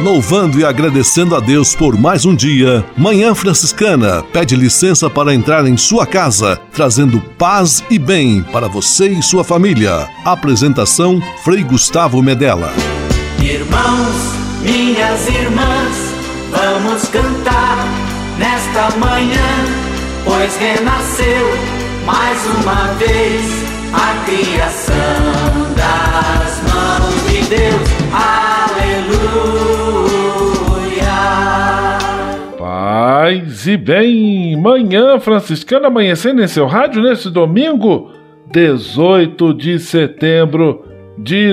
Louvando e agradecendo a Deus por mais um dia, Manhã Franciscana pede licença para entrar em sua casa, trazendo paz e bem para você e sua família. Apresentação, Frei Gustavo Medella. Irmãos, minhas irmãs, vamos cantar nesta manhã, pois renasceu mais uma vez a criação das mãos de Deus. Aleluia. Paz e bem, Manhã Franciscana amanhecendo em seu rádio nesse domingo, 18 de setembro de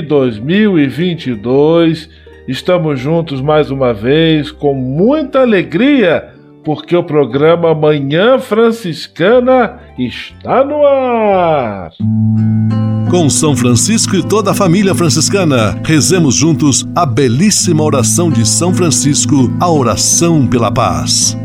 2022. Estamos juntos mais uma vez com muita alegria, porque o programa Manhã Franciscana está no ar. Com São Francisco e toda a família franciscana, rezemos juntos a belíssima oração de São Francisco, a oração pela paz.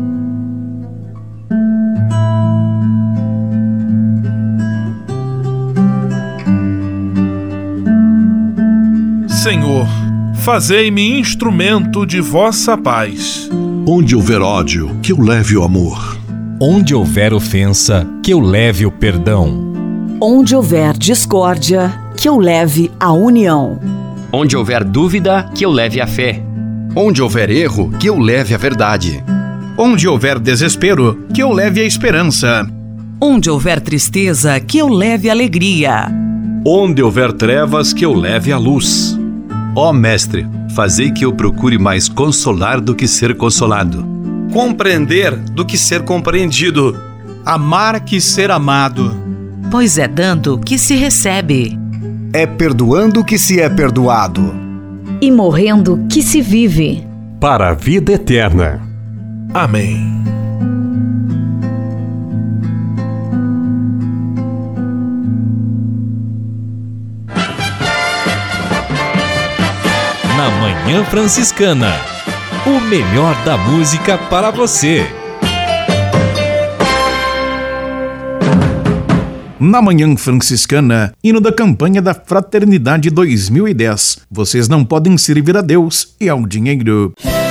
Senhor, fazei-me instrumento de vossa paz. Onde houver ódio, que eu leve o amor. Onde houver ofensa, que eu leve o perdão. Onde houver discórdia, que eu leve a união. Onde houver dúvida, que eu leve a fé. Onde houver erro, que eu leve a verdade. Onde houver desespero, que eu leve a esperança. Onde houver tristeza, que eu leve a alegria. Onde houver trevas, que eu leve a luz. Ó Mestre, fazei que eu procure mais consolar do que ser consolado. Compreender do que ser compreendido. Amar que ser amado. Pois é dando que se recebe. É perdoando que se é perdoado. E morrendo que se vive. Para a vida eterna. Amém. Na Manhã Franciscana, o melhor da música para você. Na Manhã Franciscana, hino da campanha da Fraternidade 2010. Vocês não podem servir a Deus e ao dinheiro.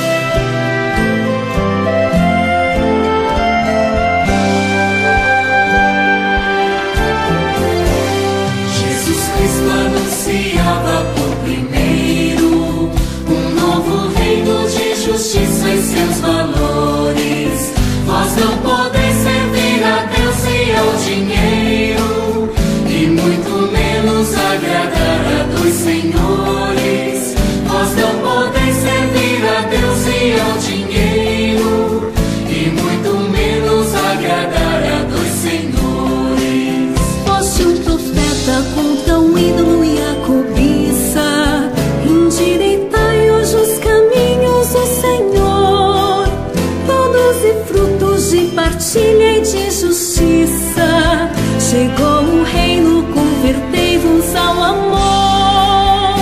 Jesus Cristo anunciava por primeiro um novo reino de justiça e seus valores. Vós não podeis servir a Deus e ao dinheiro, e muito menos agradar a dois senhores. Vós não podeis servir a Deus e ao dinheiro, e muito menos agradar a dois senhores. Foste um profeta contra um ídolo e a cobiça. Endireitai hoje os caminhos do Senhor. Produze frutos de partilha e de justiça. Chegou o reino, convertei-vos ao amor.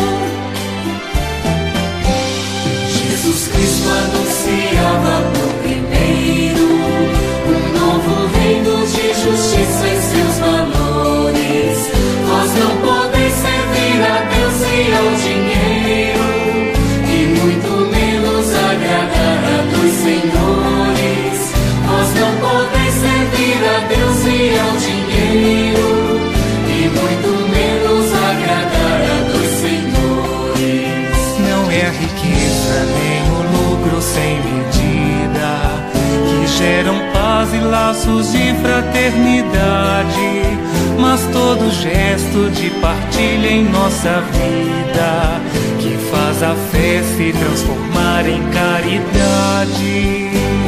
Jesus Cristo anunciava por primeiro um novo reino de justiça e seus valores. Vós não podeis servir a Deus e ao dinheiro, e muito menos agradar a dois senhores. Vós não podeis servir a Deus e ao dinheiro, e muito menos agradar a dois senhores. Não é a riqueza nem o lucro sem medida que geram paz e laços de fraternidade, mas todo gesto de partilha em nossa vida que faz a fé se transformar em caridade.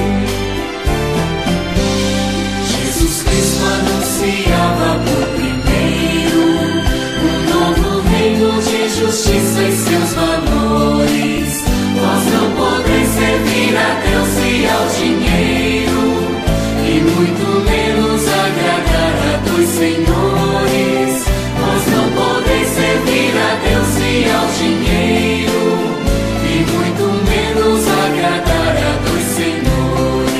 Jesus Cristo anunciava por primeiro um novo reino de justiça e seus valores. Vós não podeis servir a Deus e ao dinheiro, e muito menos agradar a dois senhores. Vós não podeis servir a Deus e ao dinheiro, e muito menos agradar a dois senhores.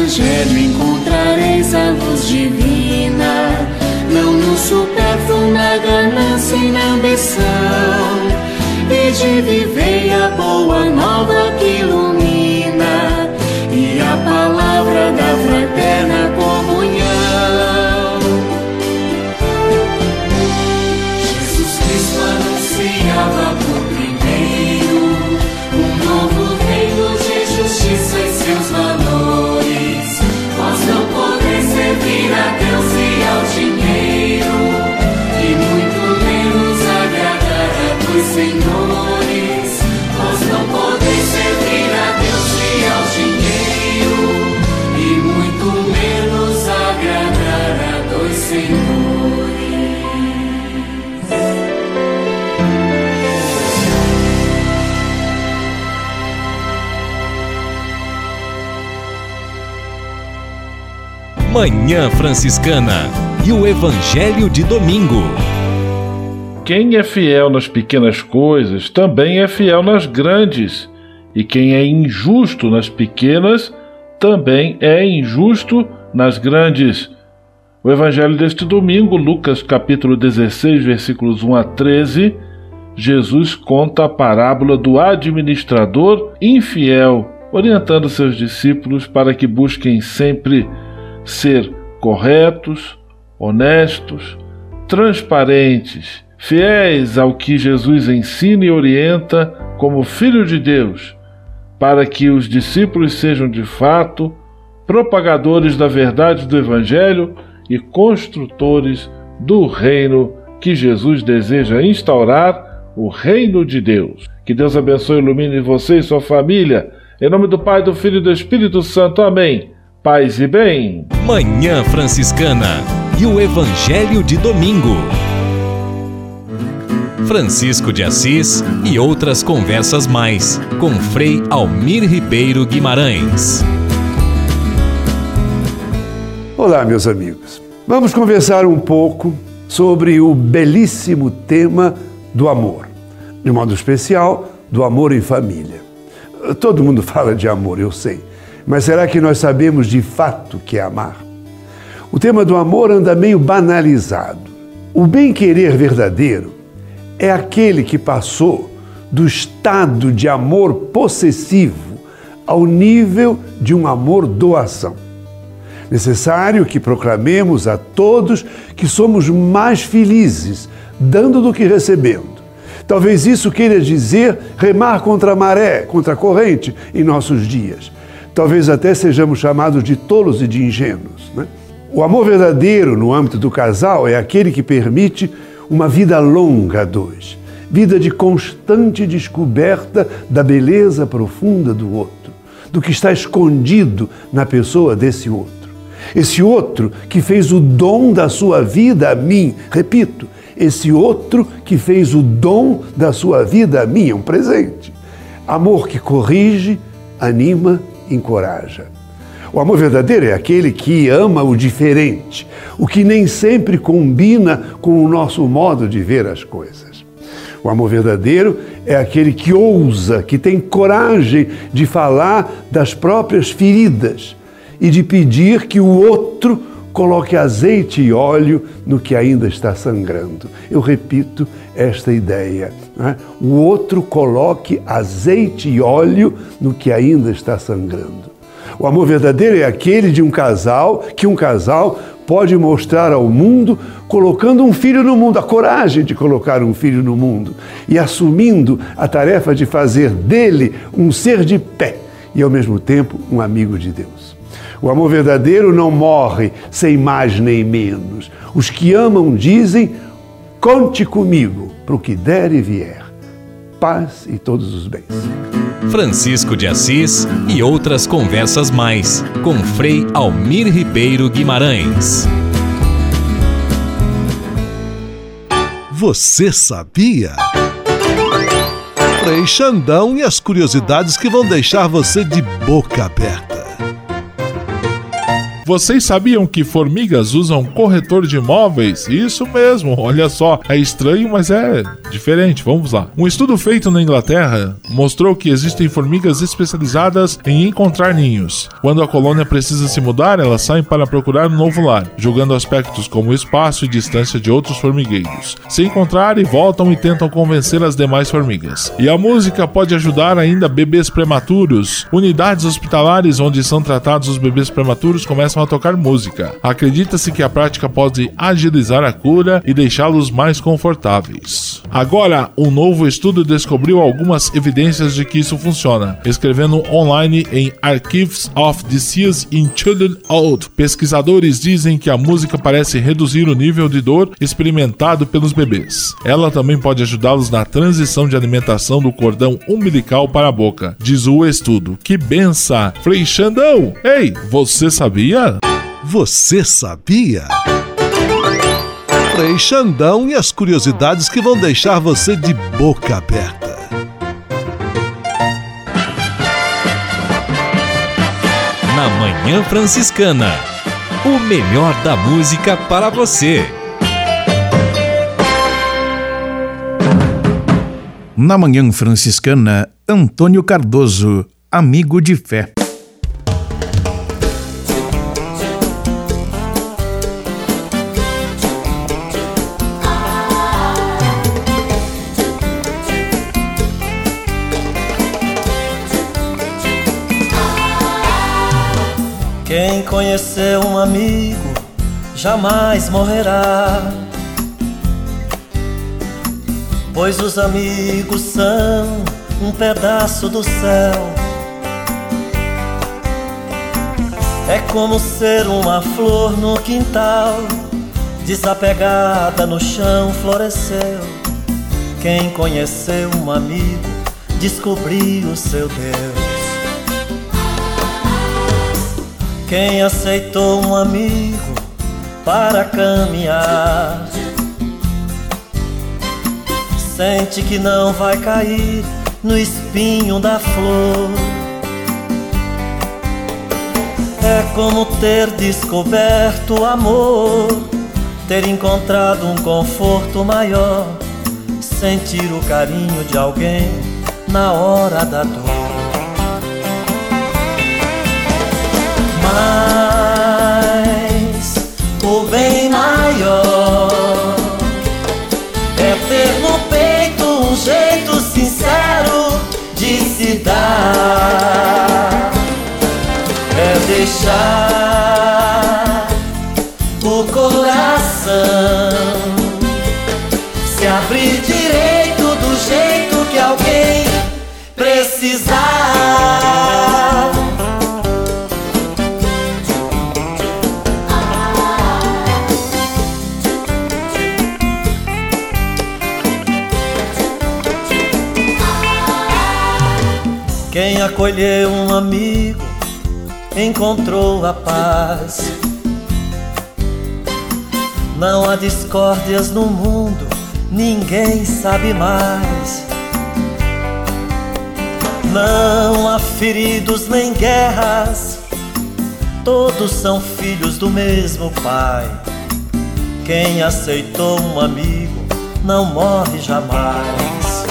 Evangelho encontrareis a luz divina, não no supérfluo, na ganância e na ambição. E de vivei a boa nova que ilumina, e a palavra da fraterna comunhão. Jesus Cristo anunciava por primeiro um novo reino de justiça e seus valores. Vós não podeis servir a Deus e ao dinheiro, e muito menos agradar a dois senhores. Vós não podeis servir a Deus e ao dinheiro, e muito menos agradar a dois senhores. Manhã Franciscana e o Evangelho de domingo. Quem é fiel nas pequenas coisas também é fiel nas grandes, e quem é injusto nas pequenas também é injusto nas grandes. O Evangelho deste domingo, Lucas capítulo 16, versículos 1 a 13, Jesus conta a parábola do administrador infiel, orientando seus discípulos para que busquem sempre ser corretos, honestos, transparentes, fiéis ao que Jesus ensina e orienta como Filho de Deus, para que os discípulos sejam de fato propagadores da verdade do Evangelho e construtores do reino que Jesus deseja instaurar, o reino de Deus. Que Deus abençoe e ilumine você e sua família. Em nome do Pai, do Filho e do Espírito Santo. Amém. Paz e bem. Manhã Franciscana e o Evangelho de domingo. Francisco de Assis e outras conversas mais, com Frei Almir Ribeiro Guimarães. Olá, meus amigos. Vamos conversar um pouco sobre o belíssimo tema do amor. De modo especial, do amor em família. Todo mundo fala de amor, eu sei. Mas será que nós sabemos de fato o que é amar? O tema do amor anda meio banalizado. O bem-querer verdadeiro é aquele que passou do estado de amor possessivo ao nível de um amor doação. Necessário que proclamemos a todos que somos mais felizes dando do que recebendo. Talvez isso queira dizer remar contra a maré, contra a corrente em nossos dias. Talvez até sejamos chamados de tolos e de ingênuos, né? O amor verdadeiro no âmbito do casal é aquele que permite uma vida longa a dois, vida de constante descoberta da beleza profunda do outro, do que está escondido na pessoa desse outro. Esse outro que fez o dom da sua vida a mim, repito, esse outro que fez o dom da sua vida a mim, é um presente. Amor que corrige, anima, encoraja. O amor verdadeiro é aquele que ama o diferente, o que nem sempre combina com o nosso modo de ver as coisas. O amor verdadeiro é aquele que ousa, que tem coragem de falar das próprias feridas e de pedir que o outro coloque azeite e óleo no que ainda está sangrando. Eu repito esta ideia, né? O outro coloque azeite e óleo no que ainda está sangrando. O amor verdadeiro é aquele de um casal, que um casal pode mostrar ao mundo colocando um filho no mundo, a coragem de colocar um filho no mundo e assumindo a tarefa de fazer dele um ser de pé e ao mesmo tempo um amigo de Deus. O amor verdadeiro não morre sem mais nem menos. Os que amam dizem: conte comigo para o que der e vier. Paz e todos os bens. Francisco de Assis e outras conversas mais, com Frei Almir Ribeiro Guimarães. Você sabia? Frei Xandão e as curiosidades que vão deixar você de boca aberta. Vocês sabiam que formigas usam corretor de imóveis? Isso mesmo, olha só. É estranho, mas é diferente. Vamos lá. Um estudo feito na Inglaterra mostrou que existem formigas especializadas em encontrar ninhos. Quando a colônia precisa se mudar, elas saem para procurar um novo lar, julgando aspectos como espaço e distância de outros formigueiros. Se encontrarem, voltam e tentam convencer as demais formigas. E a música pode ajudar ainda bebês prematuros. Unidades hospitalares onde são tratados os bebês prematuros começam a tocar música. Acredita-se que a prática pode agilizar a cura e deixá-los mais confortáveis. Agora, um novo estudo descobriu algumas evidências de que isso funciona, escrevendo online em Archives of Disease in Children Old. Pesquisadores dizem que a música parece reduzir o nível de dor experimentado pelos bebês. Ela também pode ajudá-los na transição de alimentação do cordão umbilical para a boca, diz o estudo. Que benção! Frei Xandão, ei, você sabia? Você sabia? Frei Xandão e as curiosidades que vão deixar você de boca aberta. Na Manhã Franciscana, o melhor da música para você. Na Manhã Franciscana, Antônio Cardoso, amigo de fé. Quem conheceu um amigo jamais morrerá, pois os amigos são um pedaço do céu. É como ser uma flor no quintal, desapegada no chão floresceu. Quem conheceu um amigo descobriu o seu Deus. Quem aceitou um amigo para caminhar, sente que não vai cair no espinho da flor. É como ter descoberto o amor, ter encontrado um conforto maior, sentir o carinho de alguém na hora da dor. Mas o bem maior é ter no peito um jeito sincero de se dar, é deixar o coração se abrir direito do jeito que alguém precisar. Quem acolheu um amigo encontrou a paz. Não há discórdias no mundo, ninguém sabe mais. Não há feridos nem guerras, todos são filhos do mesmo Pai. Quem aceitou um amigo não morre jamais.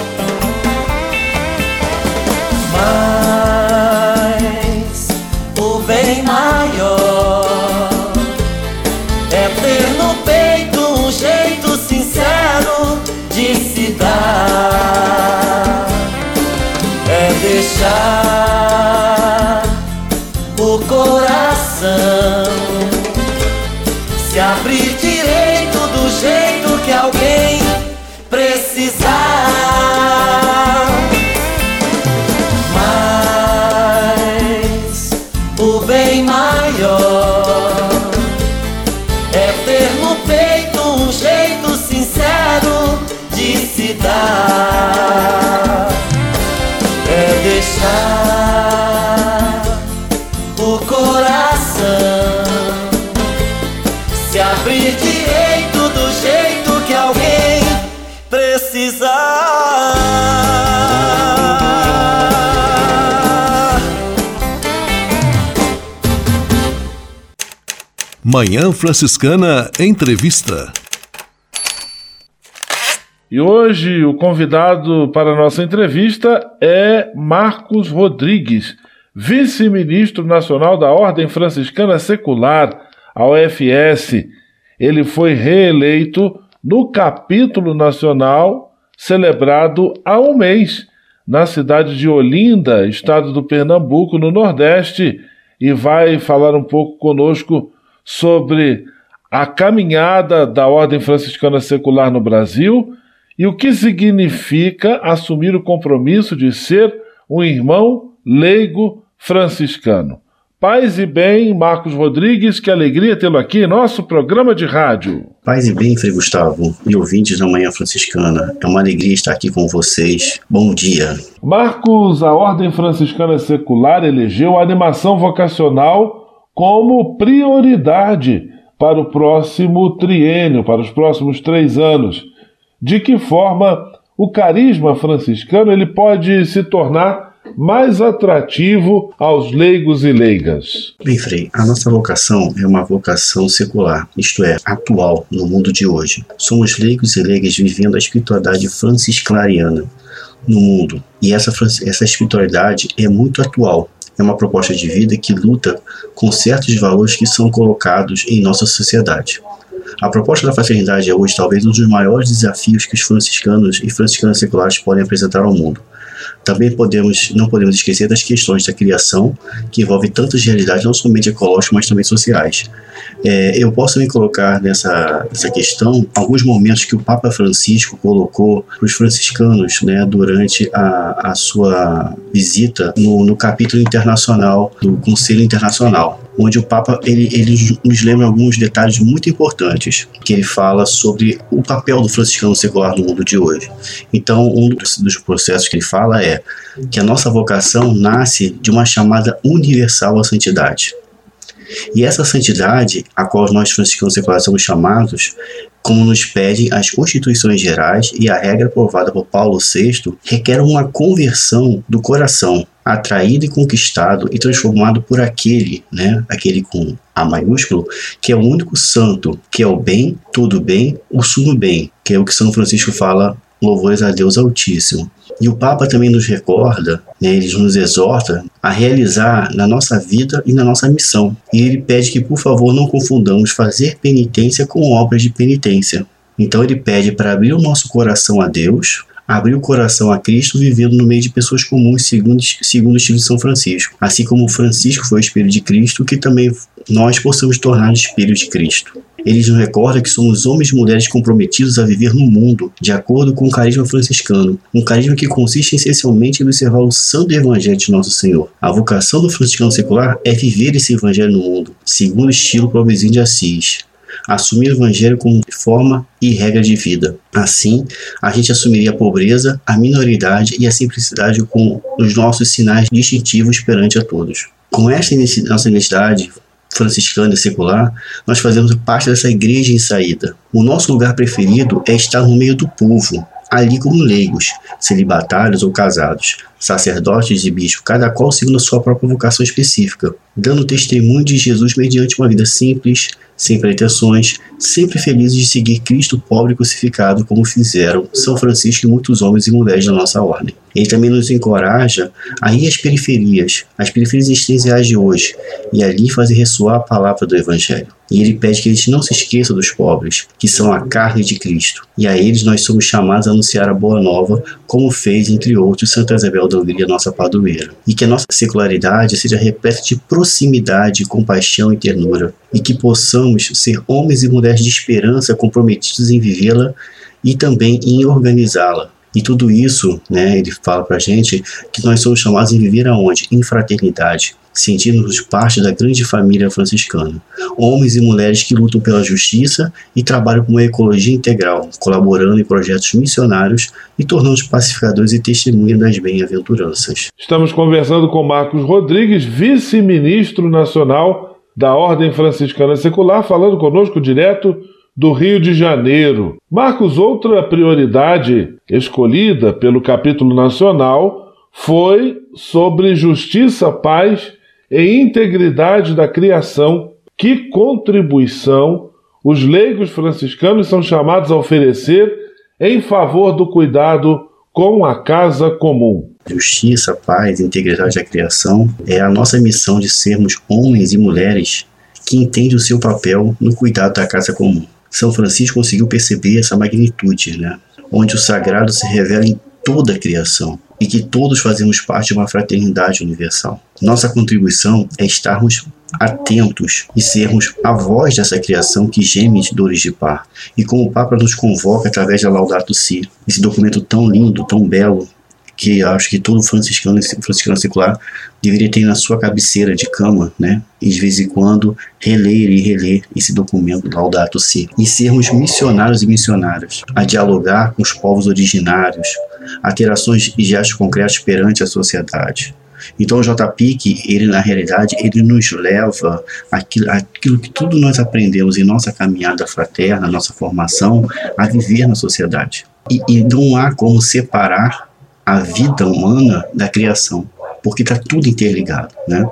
Mas o bem maior é ter no peito um jeito sincero de se dar, é deixar o coração se abrir direito do jeito que alguém precisar. O bem maior é ter no peito um jeito sincero de se dar, é deixar o coração se abrir direito do jeito que alguém precisar. Manhã Franciscana Entrevista. E hoje o convidado para a nossa entrevista é Marcos Rodrigues, vice-ministro nacional da Ordem Franciscana Secular, a OFS. Ele foi reeleito no capítulo nacional celebrado há um mês, na cidade de Olinda, estado do Pernambuco, no Nordeste, e vai falar um pouco conosco sobre a caminhada da Ordem Franciscana Secular no Brasil e o que significa assumir o compromisso de ser um irmão leigo franciscano. Paz e bem, Marcos Rodrigues, que alegria tê-lo aqui em nosso programa de rádio. Paz e bem, Frei Gustavo e ouvintes da Manhã Franciscana. É uma alegria estar aqui com vocês. Bom dia. Marcos, a Ordem Franciscana Secular elegeu a animação vocacional como prioridade para o próximo triênio, para os próximos 3 anos. De que forma o carisma franciscano ele pode se tornar mais atrativo aos leigos e leigas? Bem, Frei, a nossa vocação é uma vocação secular, isto é, atual no mundo de hoje. Somos leigos e leigas vivendo a espiritualidade francisclariana no mundo. E essa espiritualidade é muito atual. É uma proposta de vida que luta com certos valores que são colocados em nossa sociedade. A proposta da fraternidade é hoje talvez um dos maiores desafios que os franciscanos e franciscanas seculares podem apresentar ao mundo. Também não podemos esquecer das questões da criação, que envolve tantas realidades, não somente ecológicas, mas também sociais. Eu posso me colocar nessa questão alguns momentos que o Papa Francisco colocou para os franciscanos, né, durante a sua visita no capítulo internacional do Conselho Internacional, onde o Papa ele nos lembra alguns detalhes muito importantes, que ele fala sobre o papel do franciscano secular no mundo de hoje. Então, um dos processos que ele fala é que a nossa vocação nasce de uma chamada universal à santidade. E essa santidade, a qual nós franciscanos seculares somos chamados, como nos pedem as Constituições Gerais e a regra aprovada por Paulo VI, requer uma conversão do coração, atraído e conquistado e transformado por aquele com A maiúsculo, que é o único santo, que é o bem, tudo bem, o sumo bem, que é o que São Francisco fala, louvores a Deus Altíssimo. E o Papa também nos recorda, ele nos exorta a realizar na nossa vida e na nossa missão. E ele pede que, por favor, não confundamos fazer penitência com obras de penitência. Então ele pede para abrir o nosso coração a Deus, abrir o coração a Cristo, vivendo no meio de pessoas comuns, segundo o estilo de São Francisco. Assim como Francisco foi o espelho de Cristo, que também nós possamos tornar espelho de Cristo. Ele nos recorda que somos homens e mulheres comprometidos a viver no mundo, de acordo com o carisma franciscano, um carisma que consiste essencialmente em observar o santo evangelho de Nosso Senhor. A vocação do franciscano secular é viver esse evangelho no mundo, segundo o estilo Provizinho de Assis. Assumir o evangelho como forma e regra de vida. Assim, a gente assumiria a pobreza, a minoridade e a simplicidade como os nossos sinais distintivos perante a todos. Com esta nossa identidade franciscana e secular, nós fazemos parte dessa igreja em saída. O nosso lugar preferido é estar no meio do povo, ali como leigos, celibatários ou casados, sacerdotes e bispos, cada qual segundo a sua própria vocação específica, dando testemunho de Jesus mediante uma vida simples, sem pretensões, sempre felizes de seguir Cristo pobre e crucificado, como fizeram São Francisco e muitos homens e mulheres da nossa ordem. Ele também nos encoraja a ir às periferias existenciais de hoje, e ali fazer ressoar a palavra do Evangelho. E ele pede que a gente não se esqueça dos pobres, que são a carne de Cristo, e a eles nós somos chamados a anunciar a boa nova, como fez, entre outros, Santa Isabel da Hungria, nossa padroeira. E que a nossa secularidade seja repleta de proximidade, compaixão e ternura, e que possamos ser homens e mulheres de esperança comprometidos em vivê-la e também em organizá-la. E tudo isso, ele fala pra gente que nós somos chamados a viver aonde? Em fraternidade, sentindo-nos parte da grande família franciscana. Homens e mulheres que lutam pela justiça e trabalham com uma ecologia integral, colaborando em projetos missionários e tornando-se pacificadores e testemunhas das bem-aventuranças. Estamos conversando com Marcos Rodrigues, vice-ministro nacional da Ordem Franciscana Secular, falando conosco direto do Rio de Janeiro. Marcos, outra prioridade escolhida pelo capítulo nacional foi sobre justiça, paz e integridade da criação, Que contribuição os leigos franciscanos são chamados a oferecer em favor do cuidado com a casa comum? Justiça, paz, integridade da criação é a nossa missão de sermos homens e mulheres que entendem o seu papel no cuidado da casa comum. São Francisco conseguiu perceber essa magnitude, né? Onde o sagrado se revela em toda a criação e que todos fazemos parte de uma fraternidade universal. Nossa contribuição é estarmos atentos e sermos a voz dessa criação que geme de dores de parto. E como o Papa nos convoca através da Laudato Si, esse documento tão lindo, tão belo, que acho que todo franciscano secular deveria ter na sua cabeceira de cama, né? E de vez em quando reler e reler esse documento Laudato Si. E sermos missionários e missionárias, a dialogar com os povos originários, a ter ações e gestos concretos perante a sociedade. Então o JPIC, ele na realidade, ele nos leva aquilo que tudo nós aprendemos em nossa caminhada fraterna, nossa formação, a viver na sociedade. E não há como separar a vida humana da criação, porque está tudo interligado, né?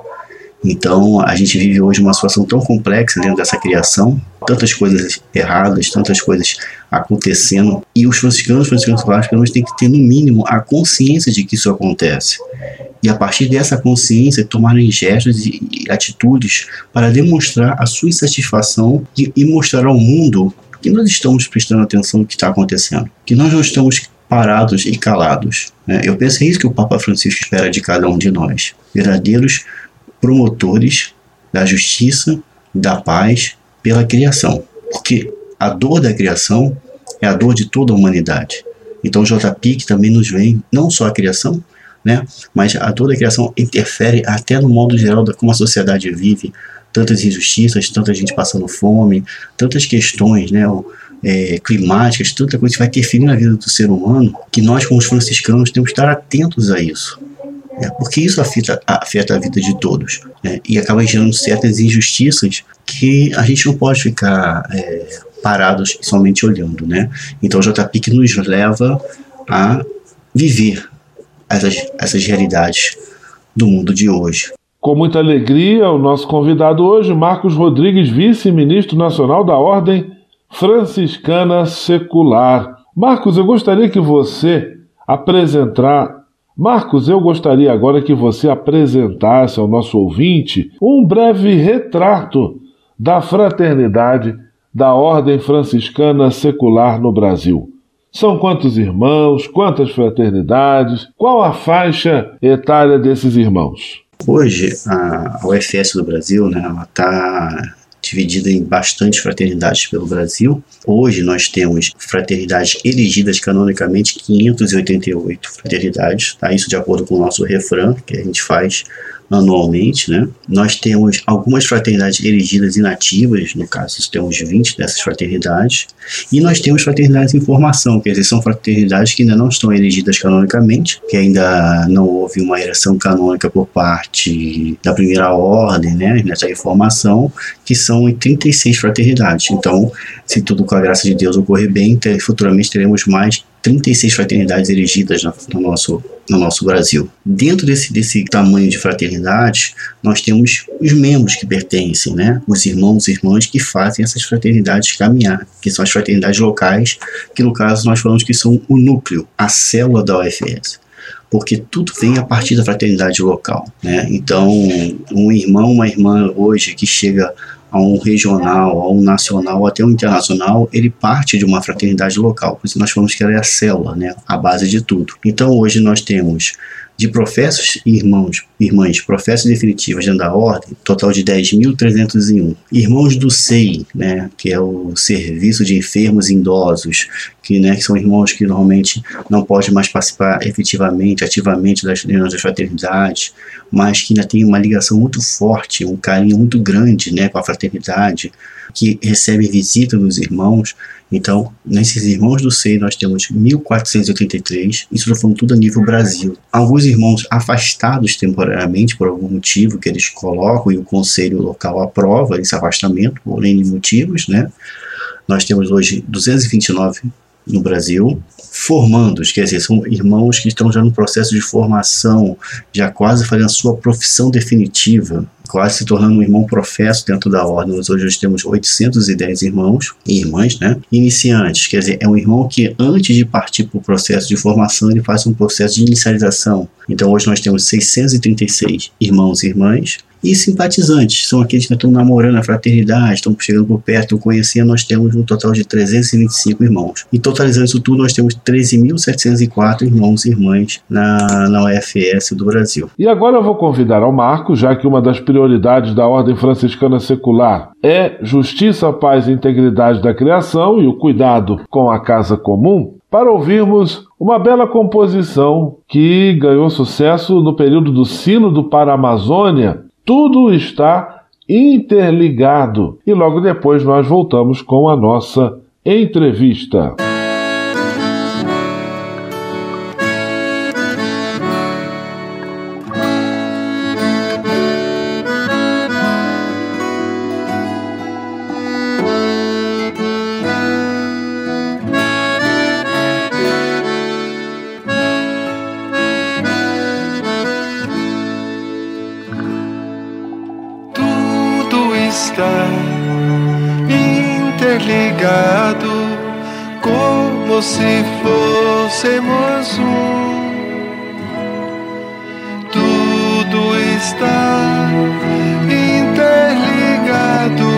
Então a gente vive hoje uma situação tão complexa dentro dessa criação, tantas coisas erradas, tantas coisas acontecendo, e os franciscanos têm que ter no mínimo a consciência de que isso acontece. E a partir dessa consciência tomarem gestos e atitudes para demonstrar a sua insatisfação e mostrar ao mundo que nós estamos prestando atenção no que está acontecendo, que nós não estamos parados e calados, né? Eu penso que é isso que o Papa Francisco espera de cada um de nós, verdadeiros promotores da justiça, da paz pela criação, porque a dor da criação é a dor de toda a humanidade. Então o JPIC também nos vem, não só a criação, né, mas a dor da criação interfere até no modo geral de como a sociedade vive, tantas injustiças, tanta gente passando fome, tantas questões, né, climáticas, tanta coisa que vai interferir na vida do ser humano, que nós como os franciscanos temos que estar atentos a isso, porque isso afeta a vida de todos, e acaba gerando certas injustiças que a gente não pode ficar parados somente olhando, né? Então o JPIC nos leva a viver essas realidades do mundo de hoje. Com muita alegria, o nosso convidado hoje, Marcos Rodrigues, vice-ministro nacional da Ordem Franciscana Secular. Marcos, eu gostaria agora que você apresentasse ao nosso ouvinte um breve retrato da fraternidade da Ordem Franciscana Secular no Brasil. São quantos irmãos, quantas fraternidades, qual a faixa etária desses irmãos? Hoje, a UFS do Brasil, né, ela está dividida em bastantes fraternidades pelo Brasil. Hoje nós temos fraternidades elegidas canonicamente, 588 fraternidades, tá? Isso de acordo com o nosso refrão, que a gente faz anualmente, né? Nós temos algumas fraternidades elegidas inativas, no caso temos 20 dessas fraternidades, e nós temos fraternidades em formação, quer dizer, são fraternidades que ainda não estão elegidas canonicamente, que ainda não houve uma eleição canônica por parte da primeira ordem, né, nessa reformação, que são em 36 fraternidades. Então, se tudo com a graça de Deus ocorrer bem, futuramente teremos mais 36 fraternidades elegidas no nosso Brasil. Dentro desse tamanho de fraternidades, nós temos os membros que pertencem, né? Os irmãos e irmãs que fazem essas fraternidades caminhar, que são as fraternidades locais, que no caso nós falamos que são o núcleo, a célula da UFS. Porque tudo vem a partir da fraternidade local, né? Então, um irmão, uma irmã hoje que chega a um regional, a um nacional, até um internacional, ele parte de uma fraternidade local. Por isso nós falamos que ela é a célula, né? A base de tudo. Então hoje nós temos de professos irmãs, professos definitivos dentro da ordem, total de 10.301. Irmãos do SEI, né, que é o Serviço de Enfermos e Idosos, que são irmãos que normalmente não podem mais participar ativamente das reuniões das fraternidades, mas que ainda tem uma ligação muito forte, um carinho muito grande, né, com a fraternidade, que recebe visita dos irmãos. Então, nesses irmãos do SEI nós temos 1.483, isso falando tudo a nível Brasil. Alguns irmãos afastados temporariamente por algum motivo que eles colocam e o conselho local aprova esse afastamento por N motivos, né? Nós temos hoje 229 no Brasil, formandos, quer dizer, são irmãos que estão já no processo de formação, já quase fazendo a sua profissão definitiva, quase se tornando um irmão professo dentro da ordem. Nós hoje temos 810 irmãos e irmãs, né? Iniciantes, quer dizer, é um irmão que antes de partir para o processo de formação, ele faz um processo de inicialização. Então hoje nós temos 636 irmãos e irmãs. E simpatizantes, são aqueles que estão namorando a fraternidade, estão chegando por perto, estão conhecendo. Nós temos um total de 325 irmãos. E totalizando isso tudo, nós temos 13.704 irmãos e irmãs na UFS do Brasil. E agora eu vou convidar ao Marcos, já que uma das prioridades da Ordem Franciscana Secular é justiça, paz e integridade da criação e o cuidado com a casa comum, para ouvirmos uma bela composição que ganhou sucesso no período do Sínodo para a Amazônia. Tudo está interligado. E logo depois nós voltamos com a nossa entrevista. Interligado, como se fôssemos um. Tudo está interligado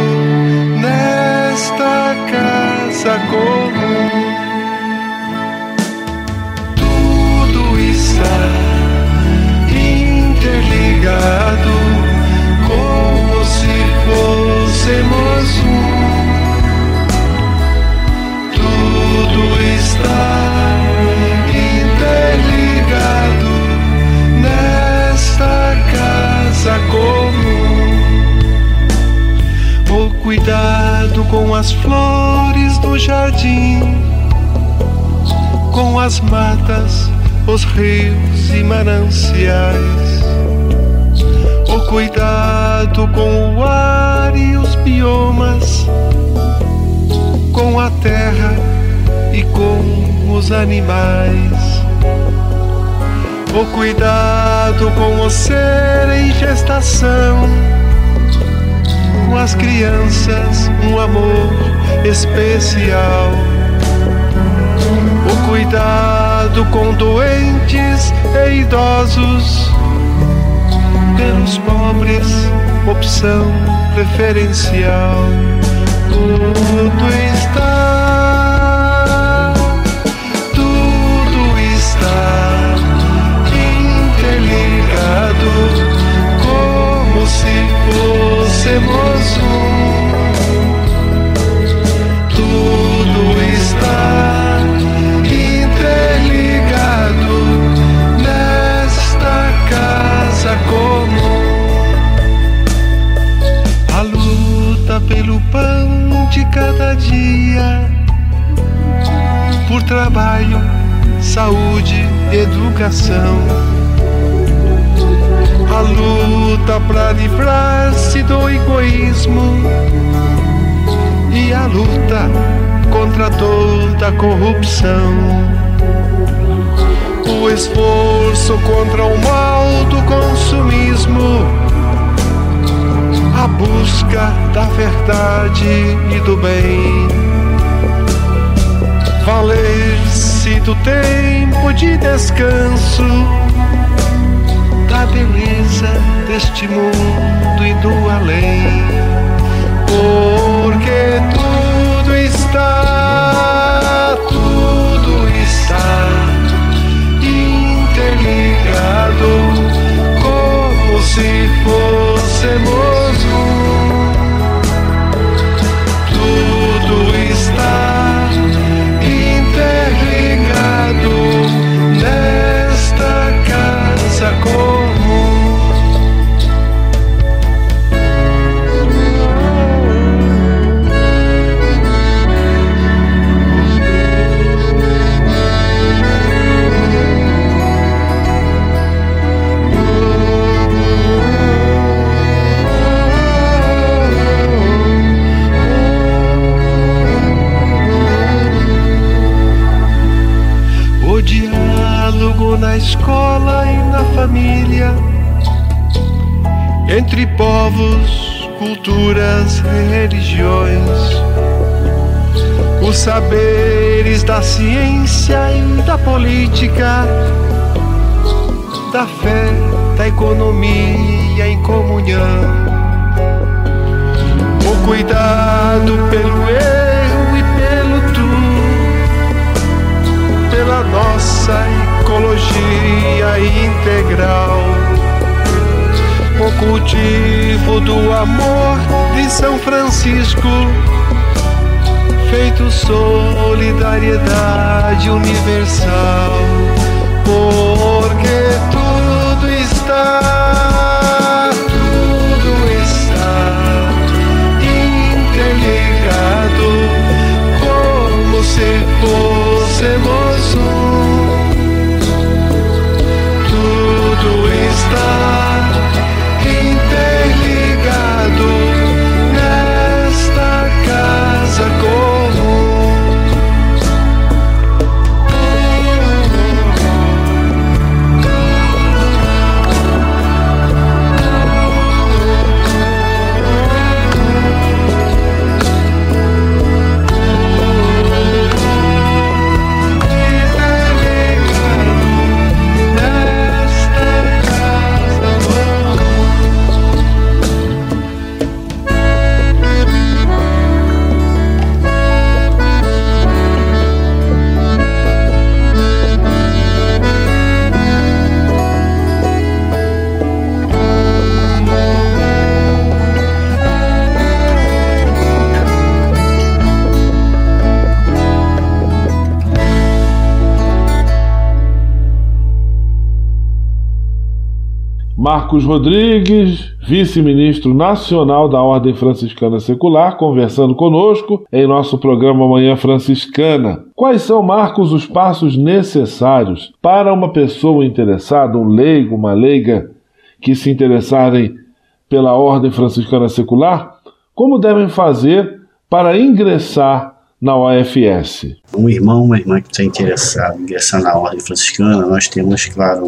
nesta casa comum. Tudo está interligado, como se fôssemos um. Tudo está interligado nesta casa comum. O cuidado com as flores do jardim, com as matas, os rios e mananciais. O cuidado com o ar e os biomas, com a terra e com os animais. O cuidado com o ser em gestação, com as crianças, um amor especial. O cuidado com doentes e idosos, pelos pobres, opção preferencial. Tudo está interligado, como se fôssemos um. Tudo está interligado nesta casa comum. A luta pelo pão de cada dia, por trabalho, saúde, educação. A luta para livrar-se do egoísmo e a luta contra toda a corrupção. O esforço contra o mal do consumismo, a busca da verdade e do bem. Valer-se do tempo de descanso, da beleza deste mundo e do além. Porque tudo está interligado, como se fôssemos um. Tudo está interligado nesta casa comum. entre povos, culturas, religiões, os saberes da ciência e da política, da fé, da economia em comunhão, o cuidado pelo eu e pelo tu, pela nossa ecologia integral, o cultivo do amor de São Francisco, feito solidariedade universal, porque tudo está interligado, como se fôssemos um. Tudo está interligado nesta casa comum. Marcos Rodrigues, vice-ministro nacional da Ordem Franciscana Secular, conversando conosco em nosso programa Manhã Franciscana. Quais são, Marcos, os passos necessários para uma pessoa interessada, um leigo, uma leiga, que se interessarem pela Ordem Franciscana Secular? Como devem fazer para ingressar na OFS? Um irmão, uma irmã que está interessado em ingressar na Ordem Franciscana, nós temos, claro,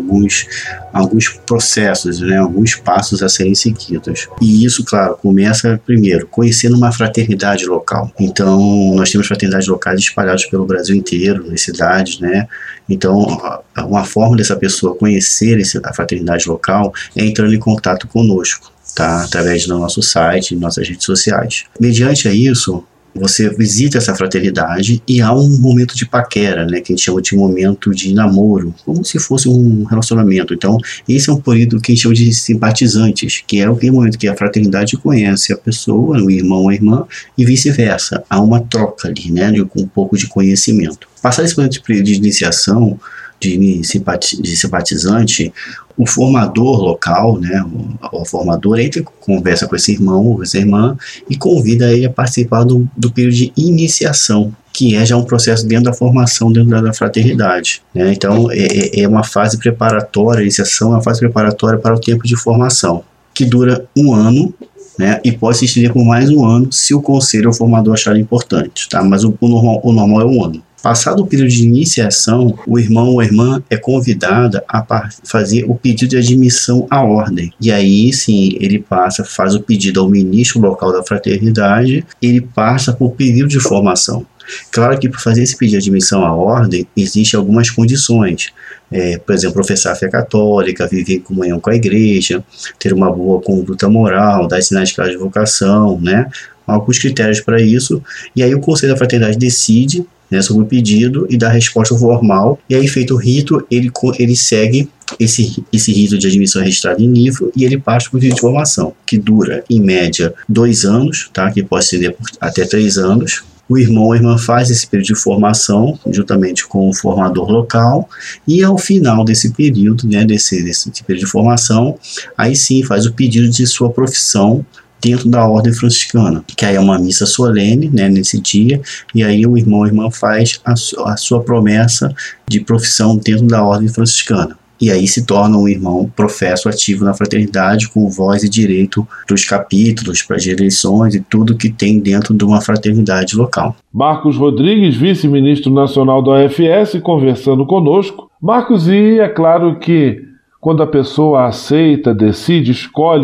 alguns processos, né, alguns passos a serem seguidos. E isso, claro, começa primeiro conhecendo uma fraternidade local. Então, nós temos fraternidades locais espalhadas pelo Brasil inteiro, nas cidades, né? Então, uma forma dessa pessoa conhecer a fraternidade local é entrando em contato conosco, tá? Através do nosso site, nossas redes sociais. Mediante a isso, você visita essa fraternidade e há um momento de paquera, né, que a gente chama de momento de namoro, como se fosse um relacionamento. Então, esse é um período que a gente chama de simpatizantes, que é o momento que a fraternidade conhece a pessoa, o irmão ou a irmã, e vice-versa. Há uma troca ali, né, de um pouco de conhecimento. Passar esse momento de iniciação, de simpatizante, o formador local, né, o formador entra, conversa com esse irmão ou essa irmã e convida ele a participar do período de iniciação, que é já um processo dentro da formação, dentro da fraternidade, né? Então é uma fase preparatória, a iniciação é uma fase preparatória para o tempo de formação, que dura 1 ano, né, e pode se estender por mais 1 ano se o conselho ou o formador achar importante, tá? Mas o normal é 1 ano. Passado o período de iniciação, o irmão ou a irmã é convidada a fazer o pedido de admissão à ordem. E aí sim, ele faz o pedido ao ministro local da fraternidade, ele passa por período de formação. Claro que para fazer esse pedido de admissão à ordem, existem algumas condições. Por exemplo, professar a fé católica, viver em comunhão com a igreja, ter uma boa conduta moral, dar sinais claros de vocação, né? Alguns critérios para isso. E aí o Conselho da Fraternidade decide, né, sobre o pedido e dá a resposta formal. E aí, feito o rito, ele segue esse rito de admissão registrado em nível e ele parte para o rito de formação, que dura, em média, 2 anos, tá? Que pode ser até 3 anos. O irmão ou a irmã faz esse período de formação, juntamente com o formador local, e ao final desse período, né, desse período de formação, aí sim faz o pedido de sua profissão dentro da Ordem Franciscana, que aí é uma missa solene, né, nesse dia, e aí o irmão ou a irmã faz a sua promessa de profissão dentro da Ordem Franciscana. E aí se torna um irmão professo ativo na fraternidade, com voz e direito dos capítulos, para as eleições e tudo que tem dentro de uma fraternidade local. Marcos Rodrigues, vice-ministro nacional da OFS, conversando conosco. Marcos, e é claro que quando a pessoa aceita, decide, escolhe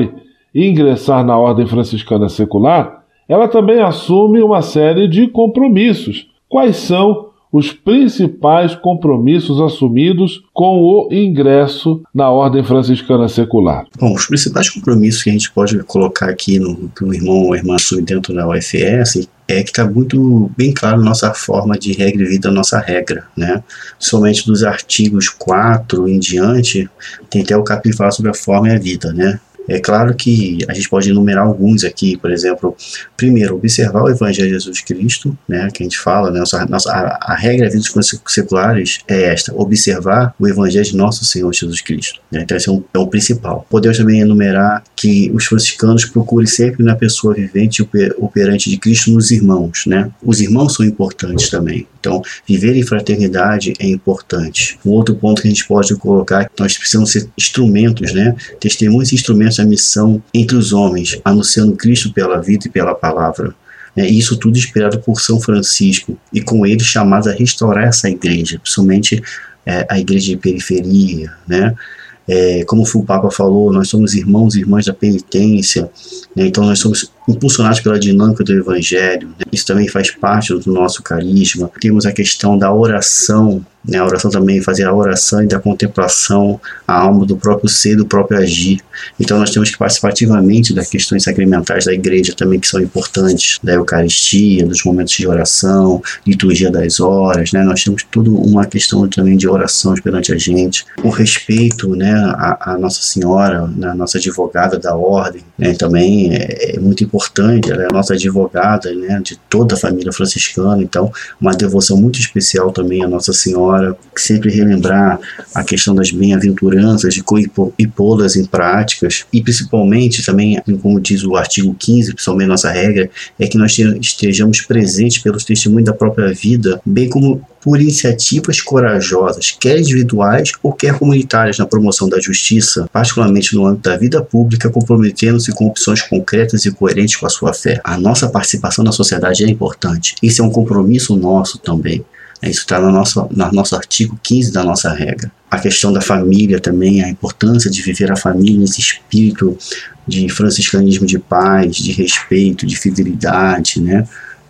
ingressar na Ordem Franciscana Secular, ela também assume uma série de compromissos. Quais são os principais compromissos assumidos com o ingresso na Ordem Franciscana Secular? Bom, os principais compromissos que a gente pode colocar aqui que o irmão ou a irmã assume dentro da UFS é que está muito bem claro nossa forma de regra e vida, nossa regra, né? Somente dos artigos 4 em diante, tem até o capítulo que fala sobre a forma e a vida, né? É claro que a gente pode enumerar alguns aqui, por exemplo, primeiro, observar o Evangelho de Jesus Cristo, né, que a gente fala, né, a regra da vida dos seculares é esta: observar o Evangelho de nosso Senhor Jesus Cristo, né, então esse é o principal. Podemos também enumerar que os franciscanos procurem sempre na pessoa vivente e operante de Cristo nos irmãos, né, os irmãos são importantes também, então viver em fraternidade é importante. Um outro ponto que a gente pode colocar é que nós precisamos ser instrumentos, né, testemunhos e instrumentos da missão entre os homens, anunciando Cristo pela vida e pela palavra. E isso tudo inspirado por São Francisco, e com ele chamados a restaurar essa igreja, principalmente a igreja de periferia, né? Como o Papa falou, nós somos irmãos e irmãs da penitência, né? Então nós somos impulsionados pela dinâmica do Evangelho, né? Isso também faz parte do nosso carisma. Temos a questão da oração, né? A oração também, fazer a oração e da contemplação, a alma do próprio ser, do próprio agir. Então nós temos que participar ativamente das questões sacramentais da igreja também, que são importantes, da Eucaristia, dos momentos de oração, liturgia das horas, né? Nós temos toda uma questão também de oração perante a gente. O respeito, né, a Nossa Senhora, né, a nossa advogada da ordem, né, também é muito importante. Ela é a nossa advogada, né, de toda a família franciscana, então uma devoção muito especial também à Nossa Senhora. Sempre relembrar a questão das bem-aventuranças e pô-las em práticas, e principalmente também, como diz o artigo 15, principalmente nossa regra, é que nós estejamos presentes pelos testemunhos da própria vida, bem como por iniciativas corajosas, quer individuais ou quer comunitárias, na promoção da justiça, particularmente no âmbito da vida pública, comprometendo-se com opções concretas e coerentes com a sua fé. A nossa participação na sociedade é importante. Isso é um compromisso nosso também. Isso está no nosso artigo 15 da nossa regra. A questão da família também, a importância de viver a família nesse espírito de franciscanismo de paz, de respeito, de fidelidade, né?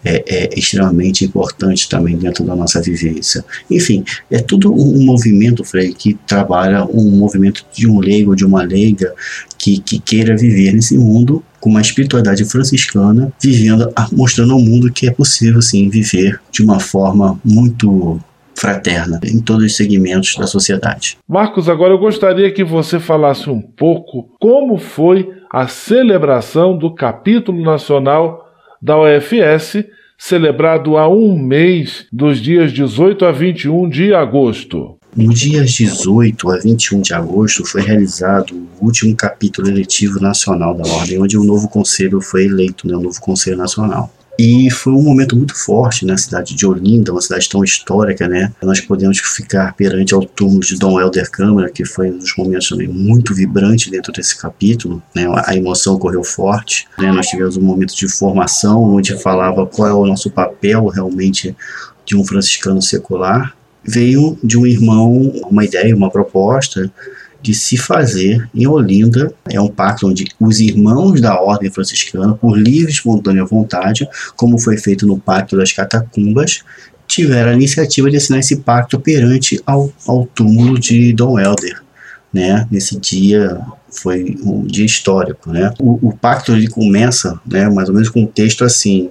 É extremamente importante também dentro da nossa vivência. Enfim, é tudo um movimento, Frei, que trabalha um movimento de um leigo ou de uma leiga que queira viver nesse mundo com uma espiritualidade franciscana, vivendo, mostrando ao mundo que é possível, sim, viver de uma forma muito fraterna em todos os segmentos da sociedade. Marcos, agora eu gostaria que você falasse um pouco como foi a celebração do capítulo nacional da UFS, celebrado há um mês, dos dias 18 a 21 de agosto. No dia 18 a 21 de agosto foi realizado o último capítulo eletivo nacional da Ordem, onde o novo conselho foi eleito, né, o novo conselho nacional. E foi um momento muito forte na cidade de Olinda, uma cidade tão histórica, né? Nós podemos ficar perante ao túmulo de Dom Helder Câmara, que foi um dos momentos também muito vibrante dentro desse capítulo, né? A emoção correu forte, né? Nós tivemos um momento de formação, onde falava qual é o nosso papel realmente de um franciscano secular. Veio de um irmão uma ideia, uma proposta de se fazer em Olinda, é um pacto onde os irmãos da Ordem Franciscana, por livre e espontânea vontade, como foi feito no Pacto das Catacumbas, tiveram a iniciativa de assinar esse pacto perante ao túmulo de Dom Helder, né? Nesse dia foi um dia histórico, né? O pacto ele começa, né, mais ou menos com um texto assim: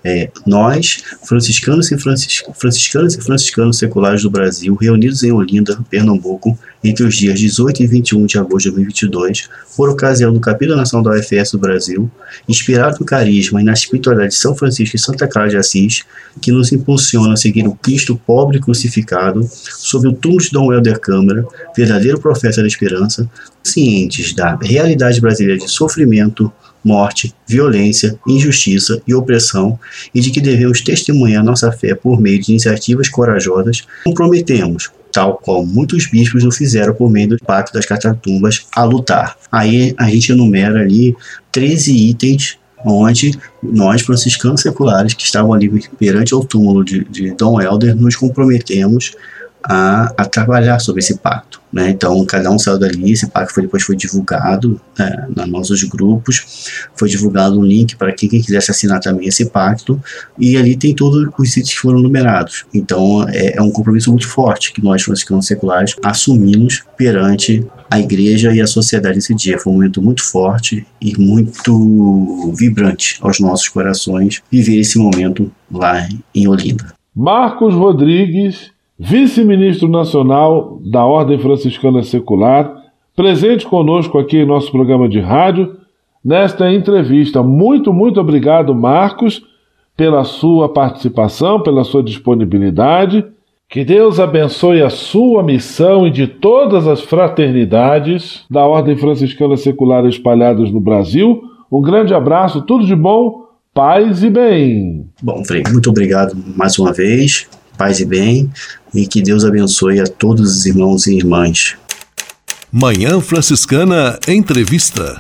nós, franciscanos e franciscanos seculares do Brasil, reunidos em Olinda, Pernambuco, entre os dias 18 e 21 de agosto de 2022, por ocasião do Capítulo Nacional da UFS do Brasil, inspirado no carisma e na espiritualidade de São Francisco e Santa Clara de Assis, que nos impulsiona a seguir o Cristo pobre e crucificado, sob o túmulo de Dom Helder Câmara, verdadeiro profeta da esperança, cientes da realidade brasileira de sofrimento, morte, violência, injustiça e opressão, e de que devemos testemunhar nossa fé por meio de iniciativas corajosas, comprometemos, tal qual muitos bispos o fizeram por meio do Pacto das Catacumbas, a lutar. Aí a gente enumera ali 13 itens onde nós, franciscanos seculares, que estavam ali perante ao túmulo de Dom Helder, nos comprometemos a trabalhar sobre esse pacto, né? Então cada um saiu dali, esse pacto depois foi divulgado nos nossos grupos, foi divulgado um link para quem quisesse assinar também esse pacto, e ali tem todos os itens que foram numerados. Então é um compromisso muito forte que nós franciscanos seculares assumimos perante a igreja e a sociedade nesse dia. Foi um momento muito forte e muito vibrante aos nossos corações viver esse momento lá em Olinda. Marcos Rodrigues, vice-ministro nacional da Ordem Franciscana Secular, presente conosco aqui em nosso programa de rádio, nesta entrevista. Muito obrigado, Marcos, pela sua participação, pela sua disponibilidade. Que Deus abençoe a sua missão e de todas as fraternidades da Ordem Franciscana Secular espalhadas no Brasil. Um grande abraço, tudo de bom, paz e bem. Bom, Frei, muito obrigado mais uma vez, paz e bem, e que Deus abençoe a todos os irmãos e irmãs. Manhã Franciscana Entrevista.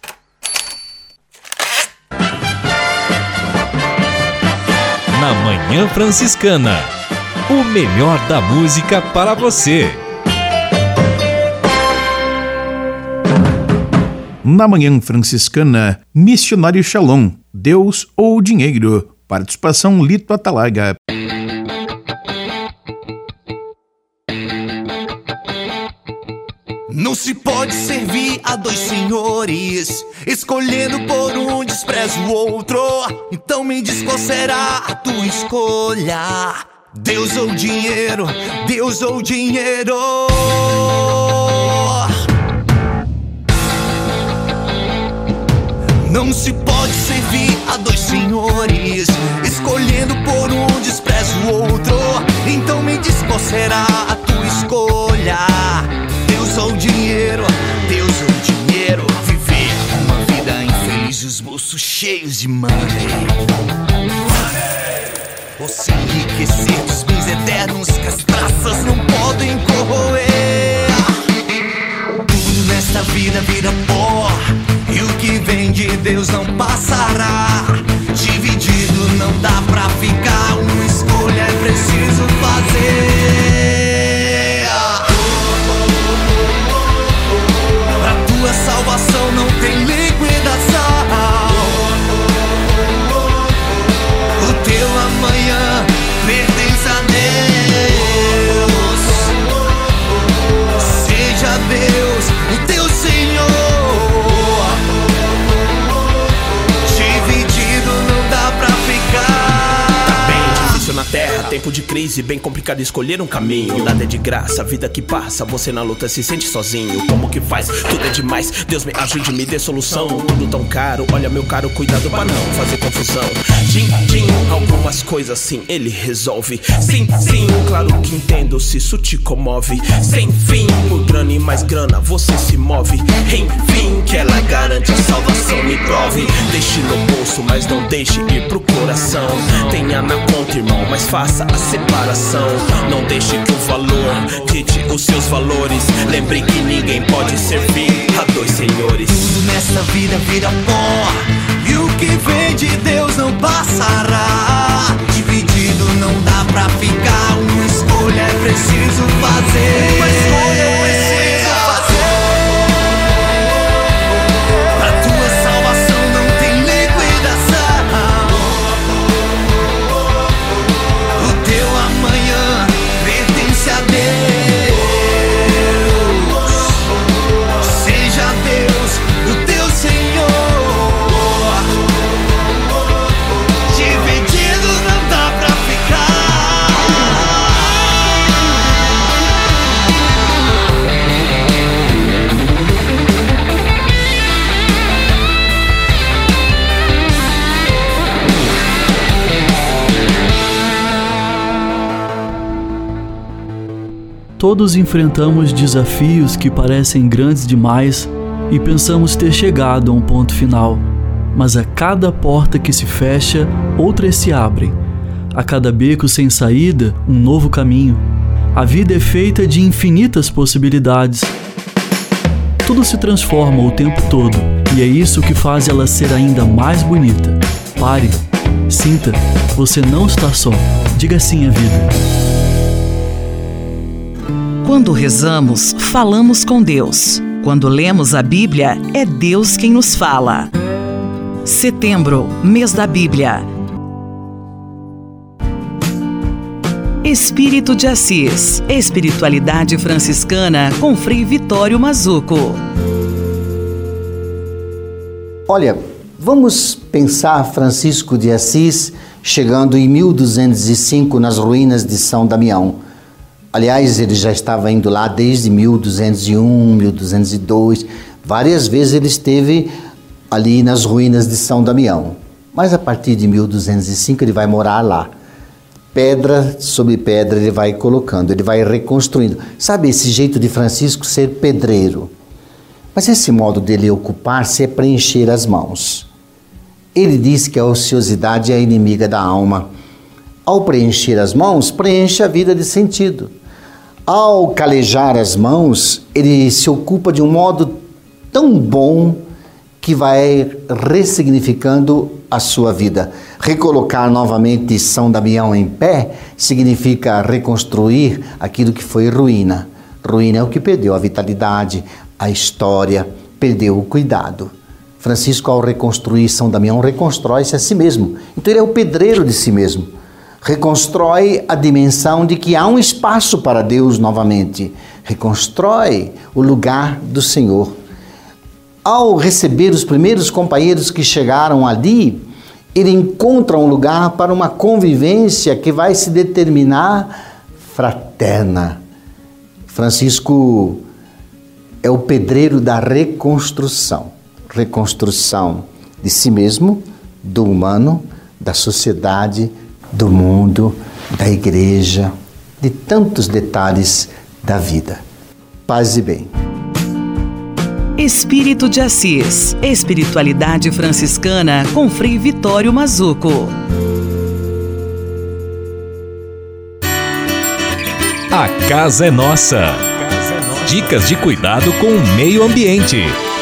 Na Manhã Franciscana, o melhor da música para você. Na Manhã Franciscana, Missionário Shalom, Deus ou Dinheiro. Participação Lito Atalaga. Não se pode servir a dois senhores, escolhendo por um despreza o outro. Então me diz qual será a tua escolha: Deus ou dinheiro, Deus ou dinheiro. Não se pode servir a dois senhores, escolhendo por um despreza o outro. Então me diz qual será a tua escolha: Deus ou dinheiro, Deus ou dinheiro. Viver uma vida infeliz e os bolsos cheios de money. Ou se enriquecer dos bens eternos que as traças não podem corroer. Tudo nesta vida vira pó, e o que vem de Deus não passará. Dividido não dá pra ficar, uma escolha é preciso fazer. Pra tua salvação não tem liquidação. O teu amanhã pertence a Deus. Seja Deus o teu Senhor. Dividido não dá pra ficar. Tá bem difícil na terra, tempo de crise, bem complicado escolher um caminho. Nada é de graça, a vida que passa, você na luta se sente sozinho. Como que faz? Tudo é demais, Deus me ajude, me dê solução. Tudo tão caro, olha meu caro, cuidado pra não fazer confusão. Algumas coisas sim, ele resolve. Sim, claro que entendo se isso te comove. Sem fim, por grana e mais grana você se move. Enfim, que ela garante a salvação, me prove. Deixe no bolso, mas não deixe ir pro coração. Tenha na conta, irmão, mas faça a separação. Não deixe que o valor dite os seus valores. Lembre que ninguém pode servir a dois senhores. Tudo nessa vida vira pó, e o que vem de Deus não passará. Dividido não dá pra ficar, uma escolha é preciso fazer. Uma escolha é preciso fazer. Pra tua salvação não tem liquidação. O teu amanhã pertence a Deus. Seja Deus o teu Senhor. Dividido não dá pra ficar. Todos enfrentamos desafios que parecem grandes demais e pensamos ter chegado a um ponto final. Mas a cada porta que se fecha, outras se abrem. A cada beco sem saída, um novo caminho. A vida é feita de infinitas possibilidades. Tudo se transforma o tempo todo, e é isso que faz ela ser ainda mais bonita. Pare, sinta, você não está só. Diga sim à vida. Quando rezamos, falamos com Deus. Quando lemos a Bíblia, é Deus quem nos fala. Setembro, mês da Bíblia. Espírito de Assis, espiritualidade franciscana com Frei Vitório Mazzuco. Olha, vamos pensar Francisco de Assis chegando em 1205 nas ruínas de São Damião. Aliás, ele já estava indo lá desde 1201, 1202. Várias vezes ele esteve ali nas ruínas de São Damião. Mas a partir de 1205 ele vai morar lá. Pedra sobre pedra ele vai colocando, ele vai reconstruindo. Sabe esse jeito de Francisco ser pedreiro? Mas esse modo dele ocupar-se é preencher as mãos. Ele diz que a ociosidade é a inimiga da alma. Ao preencher as mãos, preenche a vida de sentido. Ao calejar as mãos, ele se ocupa de um modo tão bom que vai ressignificando a sua vida. Recolocar novamente São Damião em pé significa reconstruir aquilo que foi ruína. Ruína é o que perdeu a vitalidade, a história, perdeu o cuidado. Francisco, ao reconstruir São Damião, reconstrói-se a si mesmo. Então ele é o pedreiro de si mesmo. Reconstrói a dimensão de que há um espaço para Deus novamente. Reconstrói o lugar do Senhor. Ao receber os primeiros companheiros que chegaram ali, ele encontra um lugar para uma convivência que vai se determinar fraterna. Francisco é o pedreiro da reconstrução. Reconstrução de si mesmo, do humano, da sociedade, do mundo, da igreja, de tantos detalhes da vida. Paz e bem. Espírito de Assis, espiritualidade franciscana com Frei Vitório Mazzuco. A casa é nossa. Dicas de cuidado com o meio ambiente.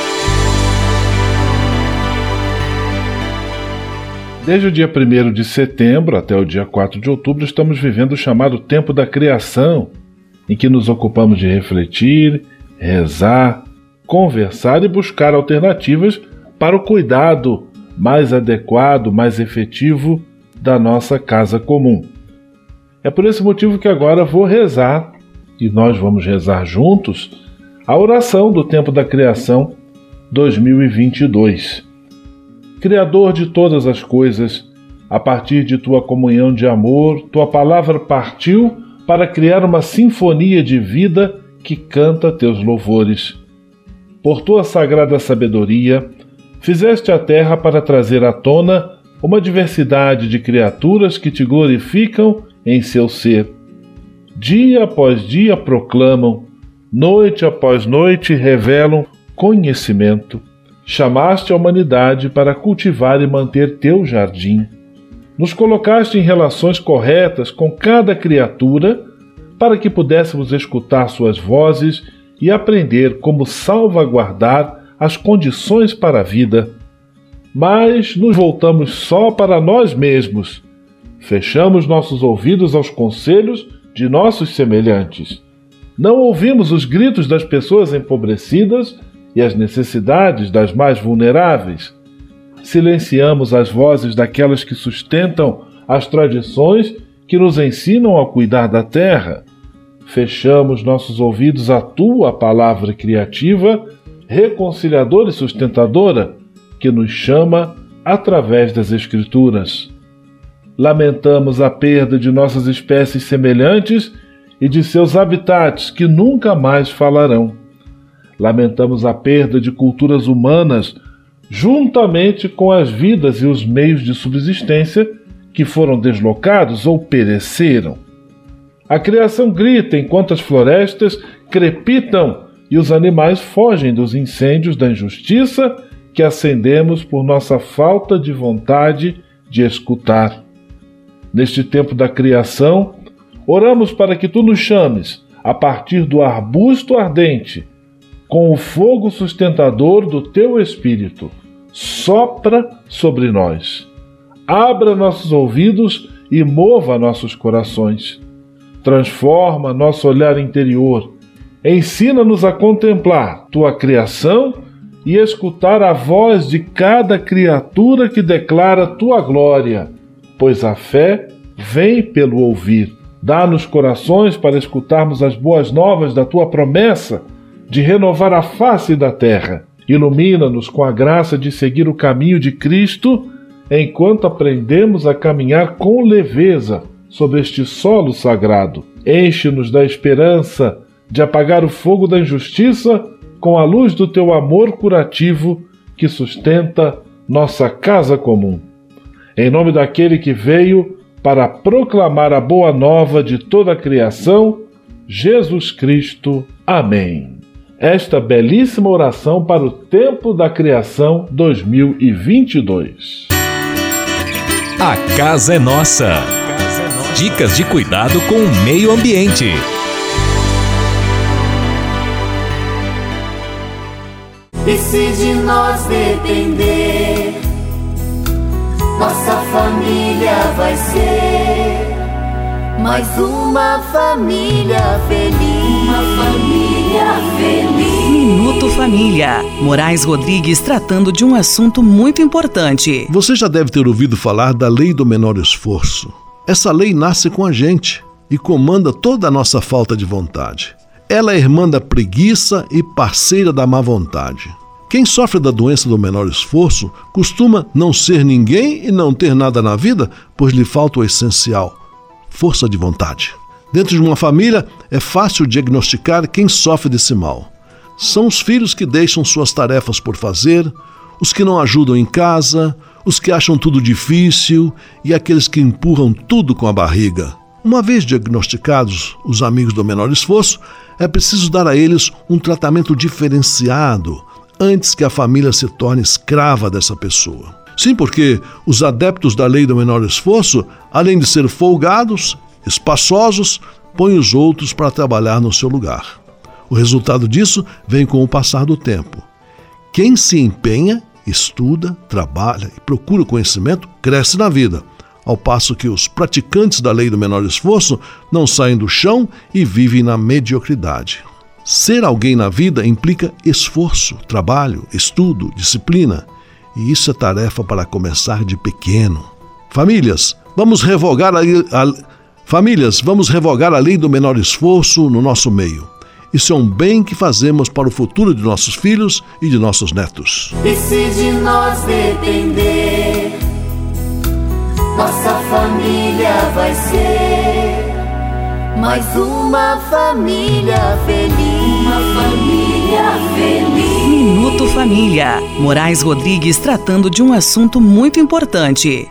Desde o dia 1º de setembro até o dia 4 de outubro, estamos vivendo o chamado Tempo da Criação, em que nos ocupamos de refletir, rezar, conversar e buscar alternativas para o cuidado mais adequado, mais efetivo da nossa casa comum. É por esse motivo que agora vou rezar, e nós vamos rezar juntos, a oração do Tempo da Criação 2022. Criador de todas as coisas, a partir de tua comunhão de amor, tua palavra partiu para criar uma sinfonia de vida que canta teus louvores. Por tua sagrada sabedoria, fizeste a terra para trazer à tona uma diversidade de criaturas que te glorificam em seu ser. Dia após dia proclamam, noite após noite revelam conhecimento. Chamaste a humanidade para cultivar e manter teu jardim. Nos colocaste em relações corretas com cada criatura para que pudéssemos escutar suas vozes e aprender como salvaguardar as condições para a vida. Mas nos voltamos só para nós mesmos. Fechamos nossos ouvidos aos conselhos de nossos semelhantes. Não ouvimos os gritos das pessoas empobrecidas e as necessidades das mais vulneráveis. Silenciamos as vozes daquelas que sustentam as tradições que nos ensinam a cuidar da terra. Fechamos nossos ouvidos à tua palavra criativa, reconciliadora e sustentadora, que nos chama através das Escrituras. Lamentamos a perda de nossas espécies semelhantes e de seus habitats que nunca mais falarão. Lamentamos a perda de culturas humanas, juntamente com as vidas e os meios de subsistência que foram deslocados ou pereceram. A criação grita enquanto as florestas crepitam e os animais fogem dos incêndios da injustiça que acendemos por nossa falta de vontade de escutar. Neste tempo da criação, oramos para que tu nos chames, a partir do arbusto ardente, com o fogo sustentador do teu Espírito. Sopra sobre nós. Abra nossos ouvidos e mova nossos corações. Transforma nosso olhar interior, Ensina-nos a contemplar tua criação e escutar a voz de cada criatura que declara tua glória, pois a fé vem pelo ouvir. Dá-nos corações para escutarmos as boas novas da tua promessa de renovar a face da terra. Ilumina-nos com a graça de seguir o caminho de Cristo, enquanto aprendemos a caminhar com leveza sobre este solo sagrado. Enche-nos da esperança de apagar o fogo da injustiça com a luz do teu amor curativo que sustenta nossa casa comum. Em nome daquele que veio para proclamar a boa nova de toda a criação, Jesus Cristo. Amém. Esta belíssima oração para o tempo da criação 2022. A casa é nossa. Dicas de cuidado com o meio ambiente. E se de nós depender, nossa família vai ser mais uma família feliz. Uma família feliz. Minuto Família. Moraes Rodrigues tratando de um assunto muito importante. Você já deve ter ouvido falar da lei do menor esforço. Essa lei nasce com a gente e comanda toda a nossa falta de vontade. Ela é irmã da preguiça e parceira da má vontade. Quem sofre da doença do menor esforço costuma não ser ninguém e não ter nada na vida, pois lhe falta o essencial: força de vontade. Dentro de uma família é fácil diagnosticar quem sofre desse mal. São os filhos que deixam suas tarefas por fazer, os que não ajudam em casa, os que acham tudo difícil e aqueles que empurram tudo com a barriga. Uma vez diagnosticados os amigos do menor esforço, é preciso dar a eles um tratamento diferenciado antes que a família se torne escrava dessa pessoa. Sim, porque os adeptos da lei do menor esforço, além de ser folgados, espaçosos, põem os outros para trabalhar no seu lugar. O resultado disso vem com o passar do tempo. Quem se empenha, estuda, trabalha e procura conhecimento, cresce na vida, ao passo que os praticantes da lei do menor esforço não saem do chão e vivem na mediocridade. Ser alguém na vida implica esforço, trabalho, estudo, disciplina. E isso é tarefa para começar de pequeno. Famílias, vamos revogar a lei do menor esforço no nosso meio. Isso é um bem que fazemos para o futuro de nossos filhos e de nossos netos. E se de nós depender, nossa família vai ser mais uma família feliz. Uma família feliz. Minuto Família. Moraes Rodrigues tratando de um assunto muito importante.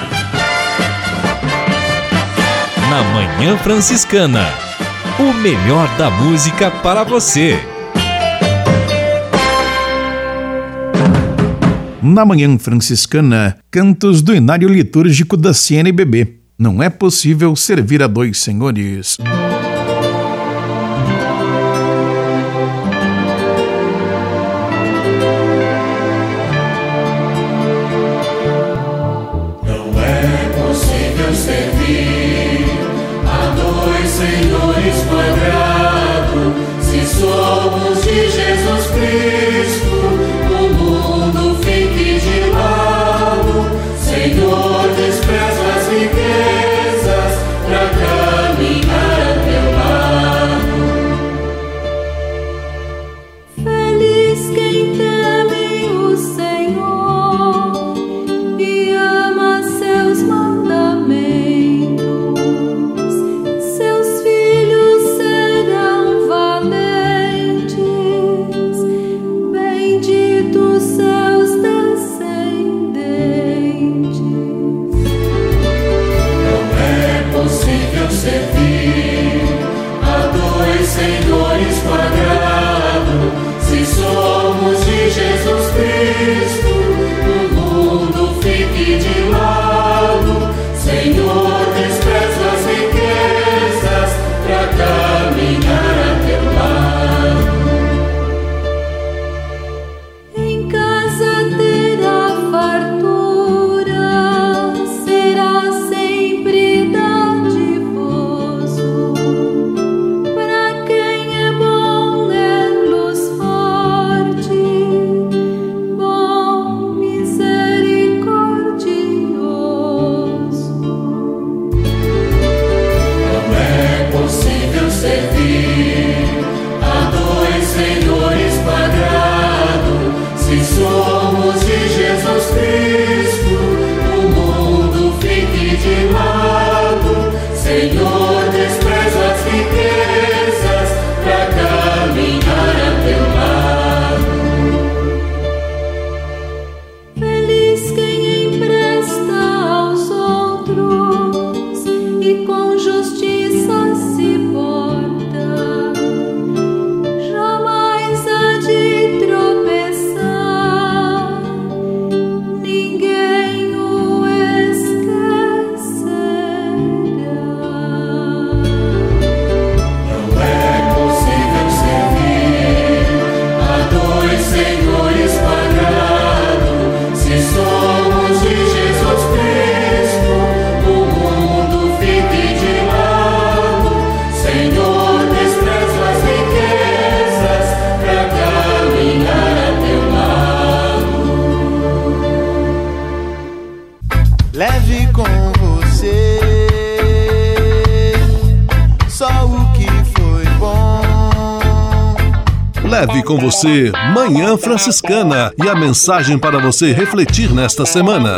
Na Manhã Franciscana, o melhor da música para você. Na Manhã Franciscana, cantos do Inário Litúrgico da CNBB. Não é possível servir a dois senhores. Não é possível servir a dois senhores quadrados, se somos de Jesus Cristo, o mundo fique de lado. Senhor, despreza as riquezas pra caminhar a teu Se somos de Jesus Cristo, o mundo fique de lado. Senhor, despreza as riquezas pra caminhar a teu lado. Feliz quem empresta aos outros e com justiça se porta, jamais há de tropeçar, ninguém o esquecerá. Não é possível servir a dois senhores pagados. Se somos de Jesus Cristo, o mundo fique de lado. Senhor, despreza as riquezas pra caminhar a teu lado. Leve com você só o que foi bom. Leve com você Manhã Franciscana e a mensagem para você refletir nesta semana.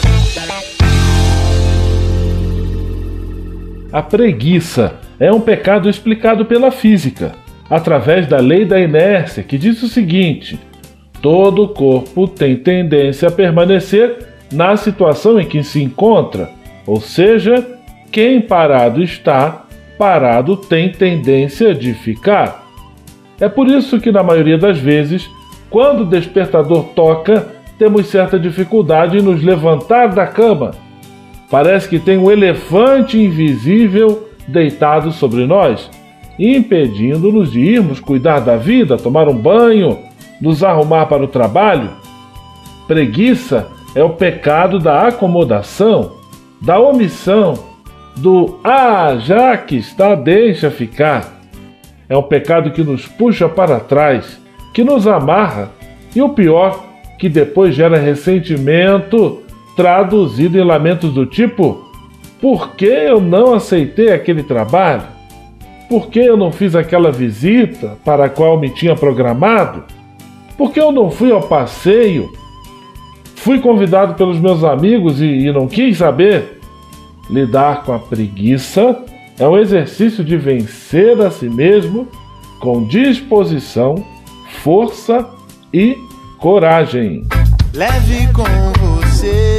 A preguiça é um pecado explicado pela física, através da lei da inércia, que diz o seguinte: todo corpo tem tendência a permanecer na situação em que se encontra, ou seja, quem parado está, parado tem tendência de ficar. É por isso que, na maioria das vezes, quando o despertador toca, temos certa dificuldade em nos levantar da cama. Parece que tem um elefante invisível deitado sobre nós, impedindo-nos de irmos cuidar da vida, tomar um banho, nos arrumar para o trabalho. Preguiça é o pecado da acomodação, da omissão, do já que está, deixa ficar. É um pecado que nos puxa para trás, que nos amarra e o pior, que depois gera ressentimento, traduzido em lamentos do tipo: por que eu não aceitei aquele trabalho? Por que eu não fiz aquela visita para a qual me tinha programado? Por que eu não fui ao passeio? Fui convidado pelos meus amigos e não quis saber. Lidar com a preguiça é um exercício de vencer a si mesmo com disposição, força e coragem. Leve com você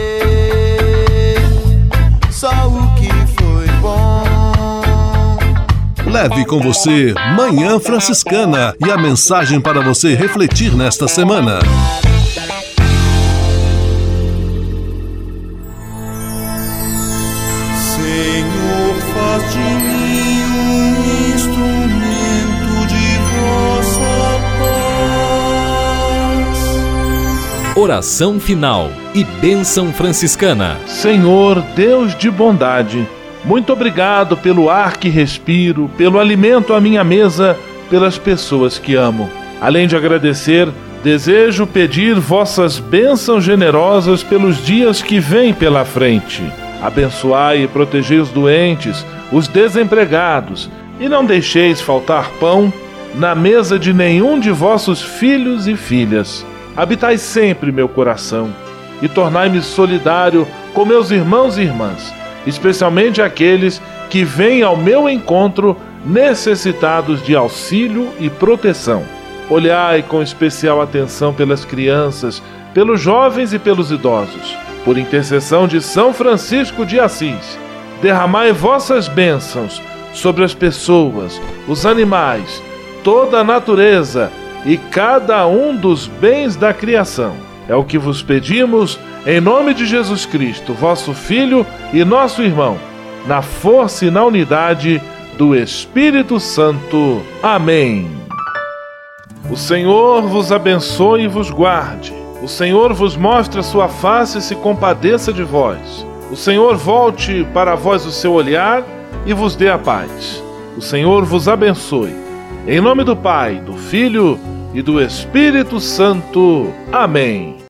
só o que foi bom. Leve com você Manhã Franciscana e a mensagem para você refletir nesta semana. Senhor, faz de mim um instrumento de vossa paz. Oração final e bênção franciscana. Senhor, Deus de bondade, muito obrigado pelo ar que respiro, pelo alimento à minha mesa, pelas pessoas que amo. Além de agradecer, desejo pedir vossas bênçãos generosas pelos dias que vêm pela frente. Abençoai e protegei os doentes, os desempregados, e não deixeis faltar pão na mesa de nenhum de vossos filhos e filhas. Habitai sempre meu coração e tornai-me solidário com meus irmãos e irmãs, especialmente aqueles que vêm ao meu encontro necessitados de auxílio e proteção. Olhai com especial atenção pelas crianças, pelos jovens e pelos idosos. Por intercessão de São Francisco de Assis, derramai vossas bênçãos sobre as pessoas, os animais, toda a natureza e cada um dos bens da criação. É o que vos pedimos, em nome de Jesus Cristo, vosso Filho e nosso irmão, na força e na unidade do Espírito Santo. Amém. O Senhor vos abençoe e vos guarde. O Senhor vos mostre a sua face e se compadeça de vós. O Senhor volte para vós o seu olhar e vos dê a paz. O Senhor vos abençoe. Em nome do Pai, do Filho e do Espírito Santo. Amém.